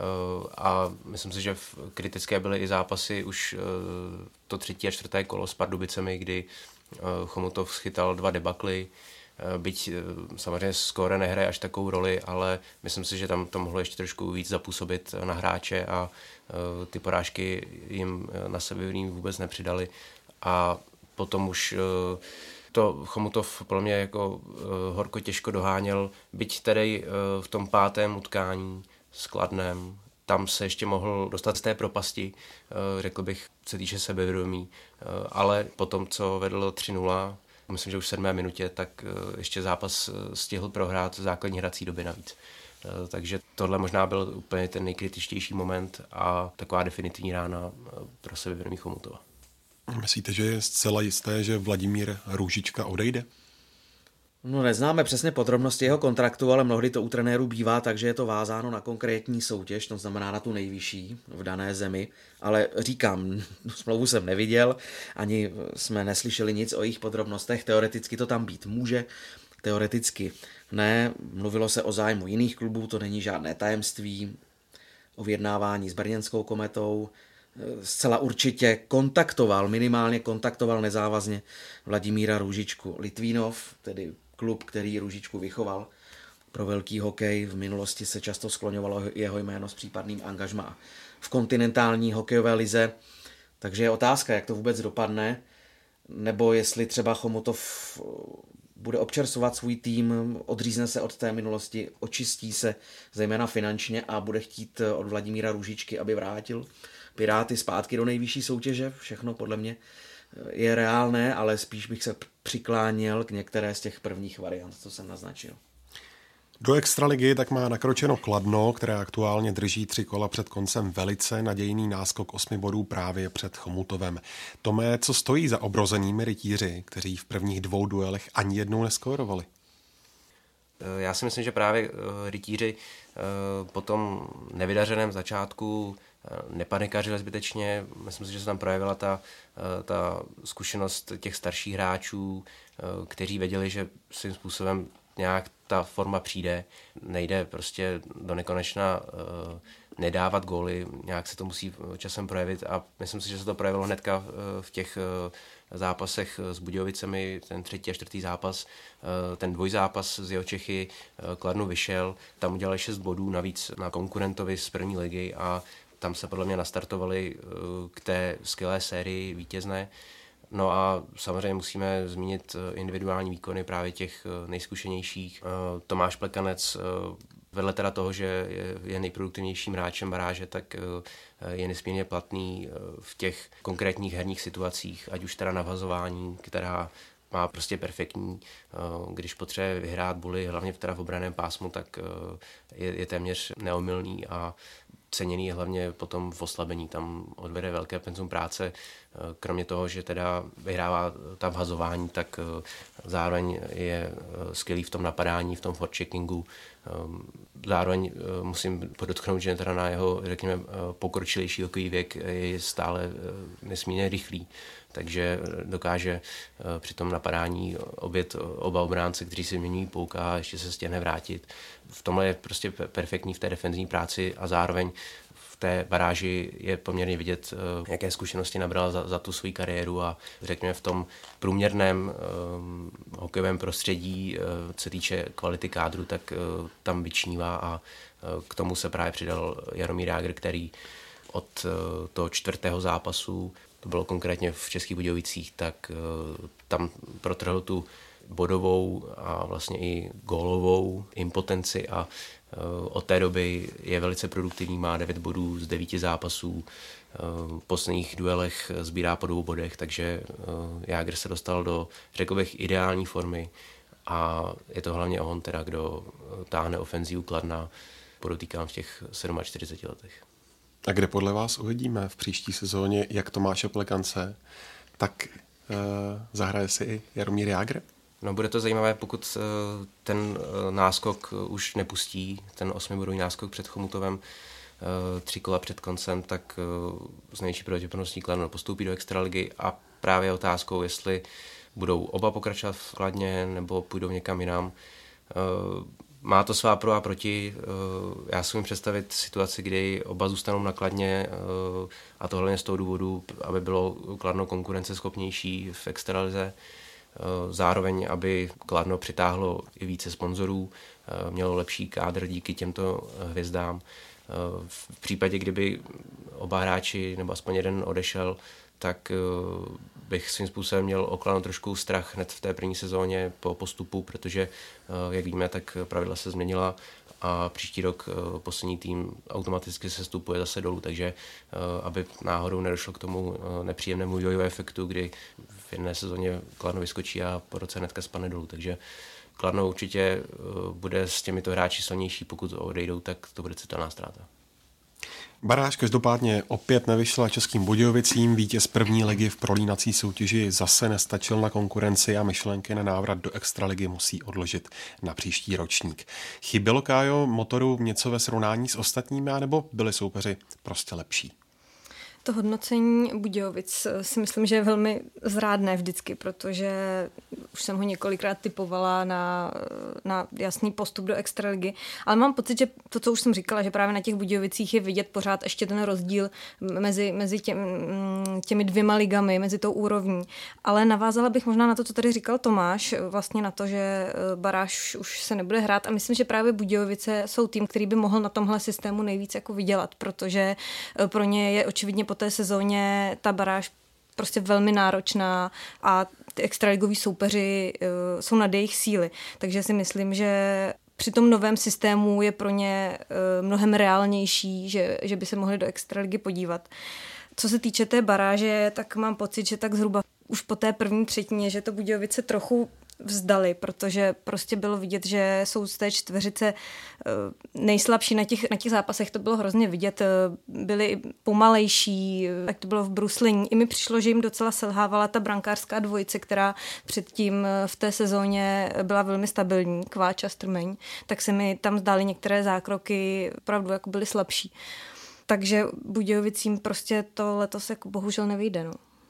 a myslím si, že v kritické byly i zápasy už to třetí a čtvrté kolo s Pardubicemi, kdy Chomutov schytal dva debakly, byť samozřejmě skóre nehraje až takovou roli, ale myslím si, že tam to mohlo ještě trošku víc zapůsobit na hráče a ty porážky jim na sebe vůbec nepřidali a potom už to Chomutov podle mě jako horko těžko doháněl, byť tedy v tom pátém utkání s Kladnem, tam se ještě mohl dostat z té propasti, řekl bych, co týče sebevědomí, ale potom, co vedl tři nula, myslím, že už v sedmé minutě, tak ještě zápas stihl prohrát základní hrací doby navíc. Takže tohle možná byl úplně ten nejkritičtější moment a taková definitivní rána pro sebevědomí Chomutova. Myslíte, že je zcela jisté, že Vladimír Růžička odejde? No, neznáme přesně podrobnosti jeho kontraktu, ale mnohdy to u trenérů bývá, takže je to vázáno na konkrétní soutěž, to znamená na tu nejvyšší v dané zemi. Ale říkám, smlouvu jsem neviděl, ani jsme neslyšeli nic o jejich podrobnostech, teoreticky to tam být může, teoreticky ne, mluvilo se o zájmu jiných klubů, to není žádné tajemství, o vyjednávání s brněnskou Kometou, zcela určitě kontaktoval, minimálně kontaktoval nezávazně Vladimíra Růžičku Litvínov, tedy klub, který Růžičku vychoval pro velký hokej. V minulosti se často skloňovalo jeho jméno s případným angažmá v kontinentální hokejové lize. Takže je otázka, jak to vůbec dopadne, nebo jestli třeba Chomutov bude občerstvovat svůj tým, odřízne se od té minulosti, očistí se zejména finančně a bude chtít od Vladimíra Růžičky, aby vrátil Piráty zpátky do nejvyšší soutěže. Všechno podle mě je reálné, ale spíš bych se přikláněl k některé z těch prvních variant, co jsem naznačil. Do extraligy tak má nakročeno Kladno, které aktuálně drží tři kola před koncem velice nadějný náskok osmi bodů právě před Chomutovem. Tome, co stojí za obrozenými rytíři, kteří v prvních dvou duelech ani jednou neskórovali? Já si myslím, že právě rytíři po tom nevydařeném začátku nepanikařili zbytečně. Myslím si, že se tam projevila ta, ta zkušenost těch starších hráčů, kteří věděli, že svým způsobem nějak ta forma přijde. Nejde prostě do nekonečna nedávat góly, nějak se to musí časem projevit a myslím si, že se to projevilo hnedka v těch zápasech s Budějovicemi, ten třetí a čtvrtý zápas, ten dvojzápas z Jihočechy, Kladno vyšel, tam udělali šest bodů navíc na konkurentovi z první ligy a tam se podle mě nastartovali k té skvělé sérii vítězné. No a samozřejmě musíme zmínit individuální výkony právě těch nejzkušenějších. Tomáš Plekanec, vedle teda toho, že je nejproduktivnějším hráčem baráže, tak je nesmírně platný v těch konkrétních herních situacích, ať už teda navazování, která má prostě perfektní, když potřebuje vyhrát buly, hlavně teda v obranném pásmu, tak je, je téměř neomylný a ceněný hlavně potom v oslabení. Tam odvede velké penzum práce. Kromě toho, že teda vyhrává tam vhazování, tak zároveň je skvělý v tom napadání, v tom forecheckingu. Zároveň musím podotknout, že teda na jeho, řekněme, pokročilejší hokejový věk je stále nesmírně rychlý. Takže dokáže při tom napadání obět oba obránce, kteří si mění pouka a ještě se stihne vrátit. V tomhle je prostě perfektní v té defenzivní práci a zároveň v té baráži je poměrně vidět, jaké zkušenosti nabral za, za tu svou kariéru a řekněme v tom průměrném um, hokejovém prostředí, uh, co týče kvality kádru, tak uh, tam vyčnívá a uh, k tomu se právě přidal Jaromír Jágr, který od uh, toho čtvrtého zápasu, to bylo konkrétně v Českých Budějovicích, tak uh, tam protrhl tu bodovou a vlastně i gólovou impotenci a od té doby je velice produktivní, má devět bodů z devíti zápasů, v posledních duelech sbírá po dvou bodech, takže Jágr se dostal do, řekl bych, ideální formy a je to hlavně on teda, kdo táhne ofenzívu Kladna, podotýkám v těch čtyřiceti sedmi letech. A kde podle vás uvidíme v příští sezóně jak Tomáše Plekance, tak eh, zahraje si i Jaromír Jágr? No, bude to zajímavé, pokud ten náskok už nepustí, ten osmibodový náskok před Chomutovem, tři kola před koncem, tak s největší pravděpodobností Kladno postoupí do extraligy a právě otázkou, jestli budou oba pokračovat v Kladně nebo půjdou někam jinam. Má to svá pro a proti. Já si můžu představit situaci, kdy oba zůstanou na Kladně a to hlavně z toho důvodu, aby bylo Kladno konkurenceschopnější v extralize. Zároveň, aby Kladno přitáhlo i více sponzorů, mělo lepší kádr díky těmto hvězdám. V případě, kdyby oba hráči nebo aspoň jeden odešel, tak bych svým způsobem měl o Kladno trošku strach hned v té první sezóně po postupu, protože, jak víme, tak pravidla se změnila a příští rok poslední tým automaticky se stupuje zase dolů, takže aby náhodou nedošlo k tomu nepříjemnému jojo efektu, kdy v jedné sezóně Kladno vyskočí a po roce hnedka spadne dolů, takže Kladno určitě bude s těmito hráči silnější, pokud odejdou, tak to bude citelná ztráta. Baráž každopádně opět nevyšla Českým Budějovicím, vítěz první ligy v prolínací soutěži zase nestačil na konkurenci a myšlenky na návrat do extraligy musí odložit na příští ročník. Chybělo, Kájo, Motoru něco ve srovnání s ostatními, anebo byli soupeři prostě lepší? To hodnocení Budějovic si myslím, že je velmi zrádné vždycky, protože už jsem ho několikrát typovala na, na jasný postup do extraligy, ale mám pocit, že to, co už jsem říkala, že právě na těch Budějovicích je vidět pořád ještě ten rozdíl mezi, mezi těm, těmi dvěma ligami, mezi tou úrovní. Ale navázala bych možná na to, co tady říkal Tomáš, vlastně na to, že Baráž už se nebude hrát a myslím, že právě Budějovice jsou tým, který by mohl na tomhle systému nejvíc jako vydělat, protože pro ně je očividně po té sezóně ta baráž prostě velmi náročná a ty extraligoví soupeři uh, jsou nad jejich síly. Takže si myslím, že při tom novém systému je pro ně uh, mnohem reálnější, že, že by se mohli do extraligy podívat. Co se týče té baráže, tak mám pocit, že tak zhruba už po té první třetině, že to Budějovice trochu vzdali, protože prostě bylo vidět, že jsou z té čtveřice nejslabší na těch, na těch zápasech, to bylo hrozně vidět, byli pomalejší, jak to bylo v bruslení. I mi přišlo, že jim docela selhávala ta brankářská dvojice, která předtím v té sezóně byla velmi stabilní, Kváč a Strmeň, tak se mi tam zdály některé zákroky opravdu jako byly slabší. Takže Budějovicím prostě to letos jako bohužel nevyjde, no.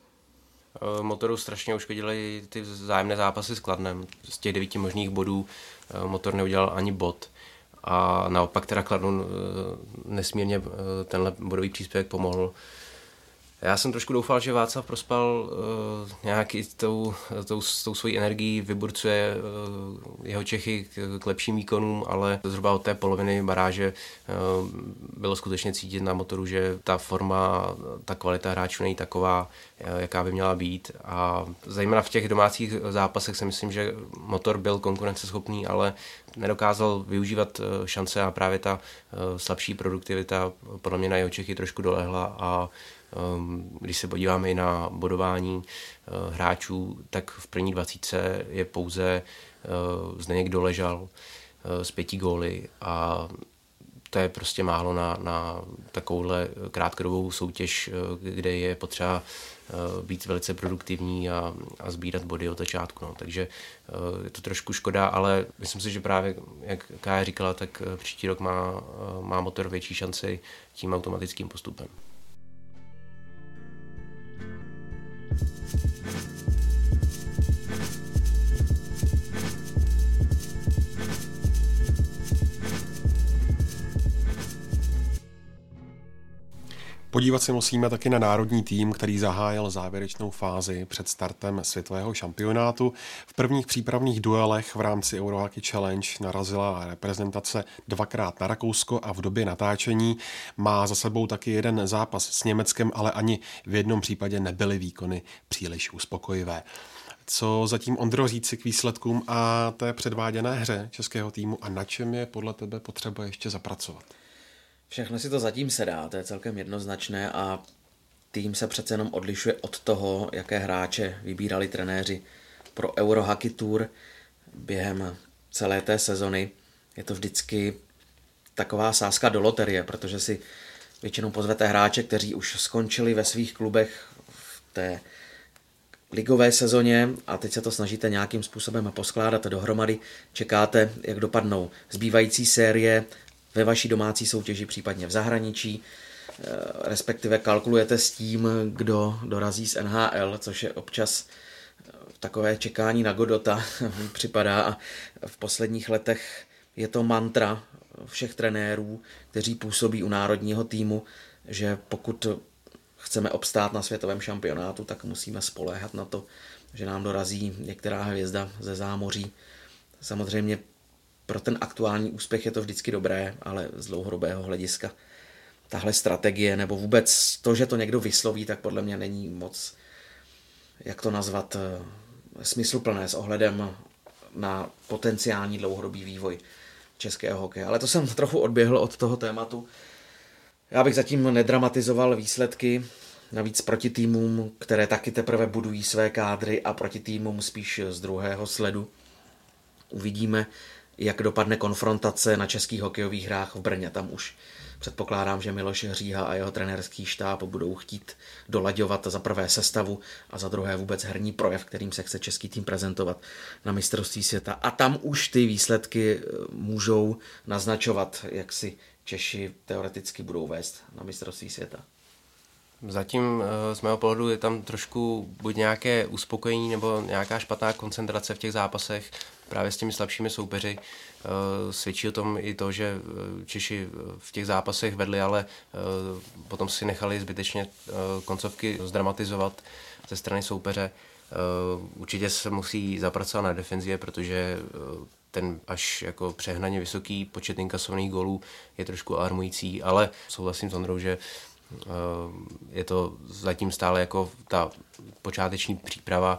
Motoru strašně uškodili ty vzájemné zápasy s Kladnem. Z těch devíti možných bodů Motor neudělal ani bod. A naopak teda Kladnu nesmírně tenhle bodový příspěvek pomohl. Já jsem trošku doufal, že Václav Prospal uh, nějaký tou, tou, tou svojí energií vyburcuje uh, jeho Čechy k, k lepším výkonům, ale zhruba od té poloviny baráže uh, bylo skutečně cítit na Motoru, že ta forma, ta kvalita hráčů není taková, uh, jaká by měla být. A zejména v těch domácích zápasech si myslím, že Motor byl konkurenceschopný, ale nedokázal využívat uh, šance a právě ta uh, slabší produktivita podle mě na jeho Čechy trošku dolehla a když se podíváme i na bodování hráčů, tak v první dvacítce je pouze Zdeněk Doležal s pěti góly a to je prostě málo na, na takovouhle krátkodobou soutěž, kde je potřeba být velice produktivní a, a sbírat body od začátku. No. Takže je to trošku škoda, ale myslím si, že právě, jak Kája říkala, tak příští rok má, má motor větší šanci tím automatickým postupem. Podívat se musíme taky na národní tým, který zahájil závěrečnou fázi před startem světového šampionátu. V prvních přípravných duelech v rámci Eurohockey Challenge narazila reprezentace dvakrát na Rakousko a v době natáčení má za sebou taky jeden zápas s Německem, ale ani v jednom případě nebyly výkony příliš uspokojivé. Co zatím, Ondro, říci k výsledkům a té předváděné hře českého týmu a na čem je podle tebe potřeba ještě zapracovat? Všechno si to zatím sedá, to je celkem jednoznačné a tým se přece jenom odlišuje od toho, jaké hráče vybírali trenéři pro Eurohockey Tour během celé té sezony. Je to vždycky taková sázka do loterie, protože si většinou pozvete hráče, kteří už skončili ve svých klubech v té ligové sezóně a teď se to snažíte nějakým způsobem poskládat dohromady. Čekáte, jak dopadnou zbývající série ve vaší domácí soutěži, případně v zahraničí, respektive kalkulujete s tím, kdo dorazí z N H L, což je občas takové čekání na Godota, mi připadá, a v posledních letech je to mantra všech trenérů, kteří působí u národního týmu, že pokud chceme obstát na světovém šampionátu, tak musíme spoléhat na to, že nám dorazí některá hvězda ze zámoří. Samozřejmě pro ten aktuální úspěch je to vždycky dobré, ale z dlouhodobého hlediska tahle strategie, nebo vůbec to, že to někdo vysloví, tak podle mě není moc, jak to nazvat, smysluplné s ohledem na potenciální dlouhodobý vývoj českého hokeje. Ale to jsem trochu odběhl od toho tématu. Já bych zatím nedramatizoval výsledky, navíc proti týmům, které taky teprve budují své kádry a proti týmům spíš z druhého sledu. Uvidíme, jak dopadne konfrontace na českých hokejových hrách v Brně. Tam už předpokládám, že Miloš Říha a jeho trenérský štáb budou chtít dolaďovat za prvé sestavu a za druhé vůbec herní projev, kterým se chce český tým prezentovat na mistrovství světa. A tam už ty výsledky můžou naznačovat, jak si Češi teoreticky budou vést na mistrovství světa. Zatím z mého pohledu je tam trošku buď nějaké uspokojení nebo nějaká špatná koncentrace v těch zápasech právě s těmi slabšími soupeři. Svědčí o tom i to, že Češi v těch zápasech vedli, ale potom si nechali zbytečně koncovky zdramatizovat ze strany soupeře. Určitě se musí zapracovat na defenzivě, protože ten až jako přehnaně vysoký počet inkasovaných gólů je trošku alarmující, ale souhlasím s Ondrou, že je to zatím stále jako ta počáteční příprava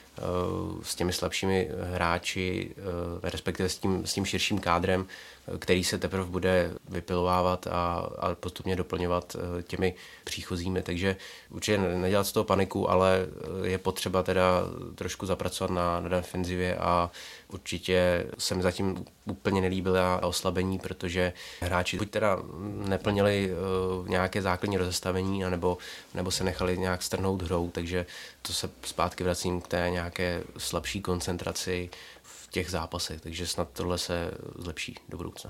s těmi slabšími hráči, respektive s tím, s tím širším kádrem, který se teprve bude vypilovávat a, a postupně doplňovat těmi příchozími. Takže určitě nedělat z toho paniku, ale je potřeba teda trošku zapracovat na, na defenzivě a určitě se mi zatím úplně nelíbila oslabení, protože hráči buď teda neplnili uh, nějaké základní rozestavení, anebo, nebo se nechali nějak strhnout hrou, takže to se zpátky vracím k té nějaké slabší koncentraci v těch zápasech, takže snad tohle se zlepší do budoucna.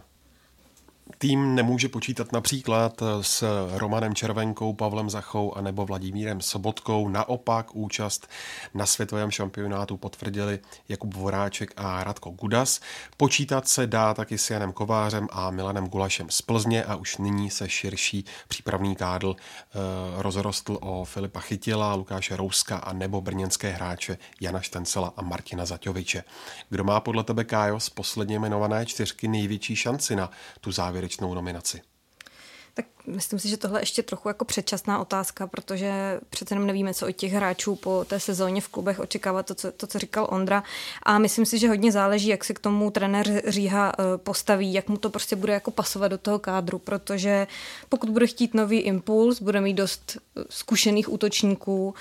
Tým nemůže počítat například s Romanem Červenkou, Pavlem Zachou a nebo Vladimírem Sobotkou. Naopak účast na světovém šampionátu potvrdili Jakub Voráček a Radko Gudas. Počítat se dá taky s Janem Kovářem a Milanem Gulašem z Plzně a už nyní se širší přípravný kádr e, rozrostl o Filipa Chytila, Lukáše Rouska a nebo brněnské hráče Jana Štencela a Martina Zaťoviče. Kdo má podle tebe, Kájo, z posledně jmenované čtyřky největší šanci na tu závěrečnou nominaci? Tak myslím si, že tohle je ještě trochu jako předčasná otázka, protože přece jenom nevíme, co od těch hráčů po té sezóně v klubech očekávat, to co, to, co říkal Ondra. A myslím si, že hodně záleží, jak se k tomu trenér Říha postaví, jak mu to prostě bude jako pasovat do toho kádru, protože pokud bude chtít nový impuls, bude mít dost zkušených útočníků,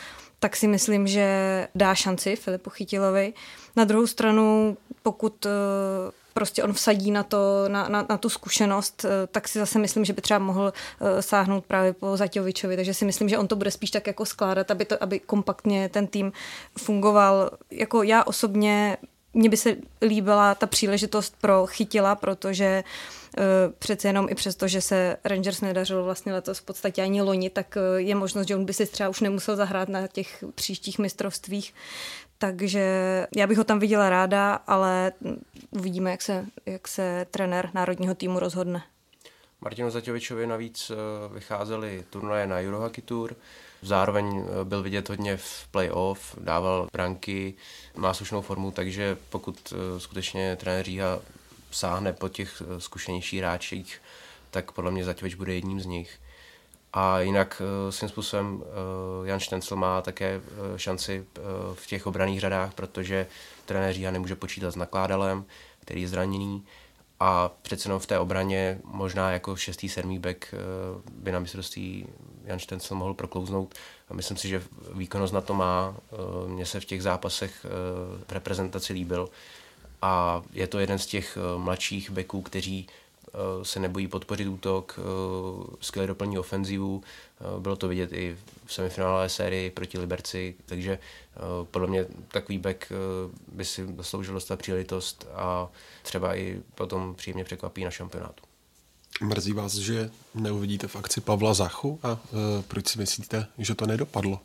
tak si myslím, že dá šanci Filipu Chytilovi. Na druhou stranu, pokud prostě on vsadí na, to, na, na, na tu zkušenost, tak si zase myslím, že by třeba mohl sáhnout právě po Zaťovičovi, takže si myslím, že on to bude spíš tak jako skládat, aby, to, aby kompaktně ten tým fungoval. Jako já osobně, mně by se líbila ta příležitost pro Chytila, protože přece jenom i přesto, že se Rangers nedařilo vlastně letos v podstatě ani loni, tak je možnost, že on by si třeba už nemusel zahrát na těch příštích mistrovstvích. Takže já bych ho tam viděla ráda, ale uvidíme, jak se, jak se trenér národního týmu rozhodne. Martinu Zaťovičovi navíc vycházely turnaje na Eurohockey Tour, zároveň byl vidět hodně v play-off, dával branky, má slušnou formu, takže pokud skutečně trenér Říha sáhne po těch zkušenějších hráčích, tak podle mě Zaťovič bude jedním z nich. A jinak svým způsobem Jan Štencl má také šanci v těch obranných řadách, protože trenér Říha nemůže počítat s Nakládalem, který je zraněný, a přece jenom v té obraně možná jako šestý, sedmý back by na mistrovství Jan Štencl mohl proklouznout. A myslím si, že výkonnost na to má. Mně se v těch zápasech v reprezentaci líbil. A je to jeden z těch mladších backů, kteří se nebojí podpořit útok, skvěle doplní ofenzivu. Bylo to vidět i v semifinálové sérii proti Liberci, takže podle mě takový back by si zasloužil dostat příležitost a třeba i potom příjemně překvapí na šampionátu. Mrzí vás, že neuvidíte v akci Pavla Zachu a proč si myslíte, že to nedopadlo?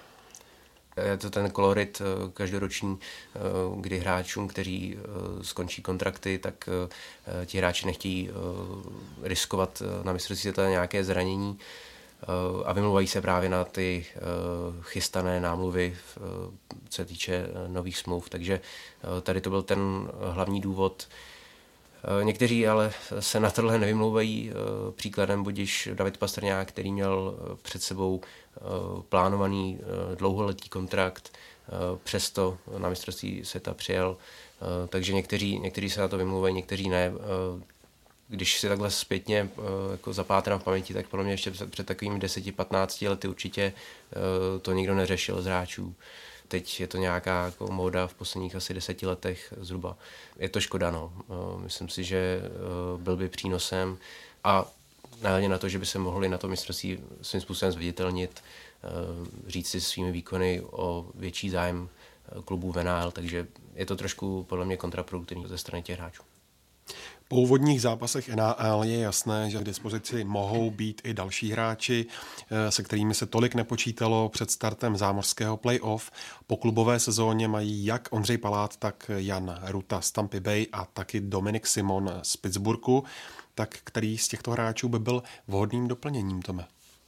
Je to ten kolorit každoroční, kdy hráčům, kteří skončí kontrakty, tak ti hráči nechtějí riskovat na mistrovství světa nějaké zranění a vymlouvají se právě na ty chystané námluvy, co se týče nových smluv. Takže tady to byl ten hlavní důvod. Někteří ale se na tohle nevymlouvají. Příkladem budiž David Pastrňák, který měl před sebou plánovaný dlouholetý kontrakt, přesto na mistrovství světa přijel. Takže někteří, někteří se na to vymlouvají, někteří ne. Když si takhle zpětně jako zapátrám v paměti, tak podle mě ještě před, před takovými deseti patnácti lety určitě to nikdo neřešil z hráčů. Teď je to nějaká jako móda v posledních asi deseti letech zhruba. Je to škoda, no. Myslím si, že byl by přínosem a nehledě na to, že by se mohli na to mistrovství svým způsobem zviditelnit, říct si svými výkony o větší zájem klubů v N H L, takže je to trošku podle mě kontraproduktivní ze strany těch hráčů. Po úvodních zápasech N H L je jasné, že k dispozici mohou být i další hráči, se kterými se tolik nepočítalo před startem zámořského playoff. Po klubové sezóně mají jak Ondřej Palát, tak Jan Ruta z Tampy Bay a taky Dominik Simon z Pittsburghu. Tak který z těchto hráčů by byl vhodným doplněním, Tome?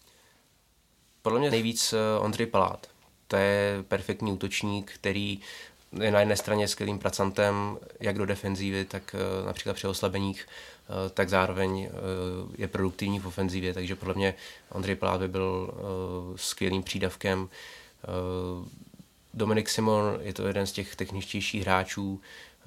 Podle mě nejvíc Ondřej Palát. To je perfektní útočník, který je na jedné straně skvělým pracantem, jak do defenzívy, tak například při oslabeních, tak zároveň je produktivní v ofenzivě, takže podle mě Ondřej Palát by byl skvělým přídavkem. Dominik Simon je to jeden z těch techničtějších hráčů,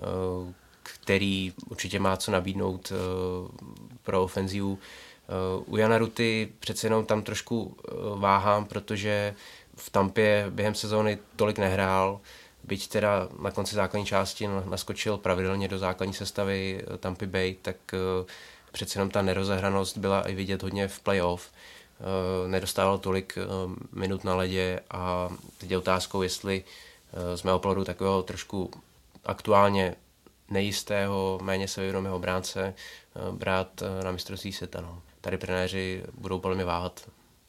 který určitě má co nabídnout pro ofenzivu. U Jana Ruty přece jenom tam trošku váhám, protože v Tampě během sezóny tolik nehrál, byť teda na konci základní části naskočil pravidelně do základní sestavy Tampy Bay, tak přece jenom ta nerozehranost byla i vidět hodně v playoff. Nedostával tolik minut na ledě a teď je otázkou, jestli z mého pohledu takového trošku aktuálně nejistého, méně sebevědomého bránce brát na mistrovství světa. No. Tady trenéři budou podle mě váhat.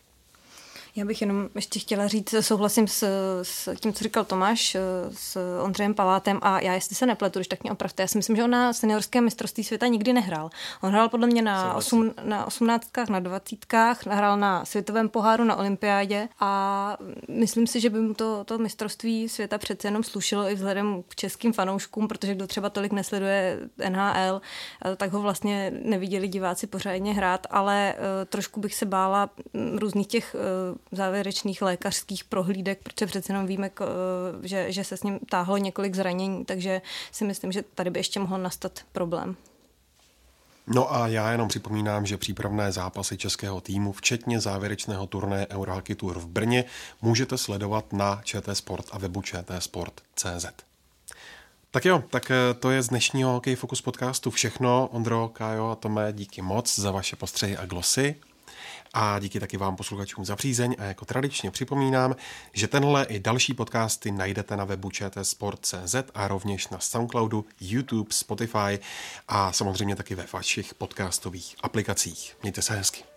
Já bych jenom ještě chtěla říct, souhlasím s, s tím, co říkal Tomáš, s Ondřejem Palátem a já, jestli se nepletu, když tak mě opravte, já si myslím, že on na seniorském mistrovství světa nikdy nehrál. On hrál podle mě na, osm, na osmnáctkách, na dvacítkách, hrál na světovém poháru, na olympiádě a myslím si, že by mu to, to mistrovství světa přece jenom slušelo i vzhledem k českým fanouškům, protože kdo třeba tolik nesleduje N H L, tak ho vlastně neviděli diváci pořádně hrát, ale trošku bych se bála různých těch závěrečných lékařských prohlídek, protože přece jenom víme, že, že se s ním táhlo několik zranění, takže si myslím, že tady by ještě mohl nastat problém. No a já jenom připomínám, že přípravné zápasy českého týmu, včetně závěrečného turnaje Eurohockey Tour v Brně, můžete sledovat na ČT Sport a webu čtsport tečka cé zet. Tak jo, tak to je z dnešního Hokej Focus podcastu všechno. Ondro, Kájo a Tome, díky moc za vaše postřehy a glosy. A díky taky vám posluchačům za přízeň a jako tradičně připomínám, že tenhle i další podcasty najdete na webu čtsport tečka cé zet a rovněž na Soundcloudu, YouTube, Spotify a samozřejmě taky ve vašich podcastových aplikacích. Mějte se hezky.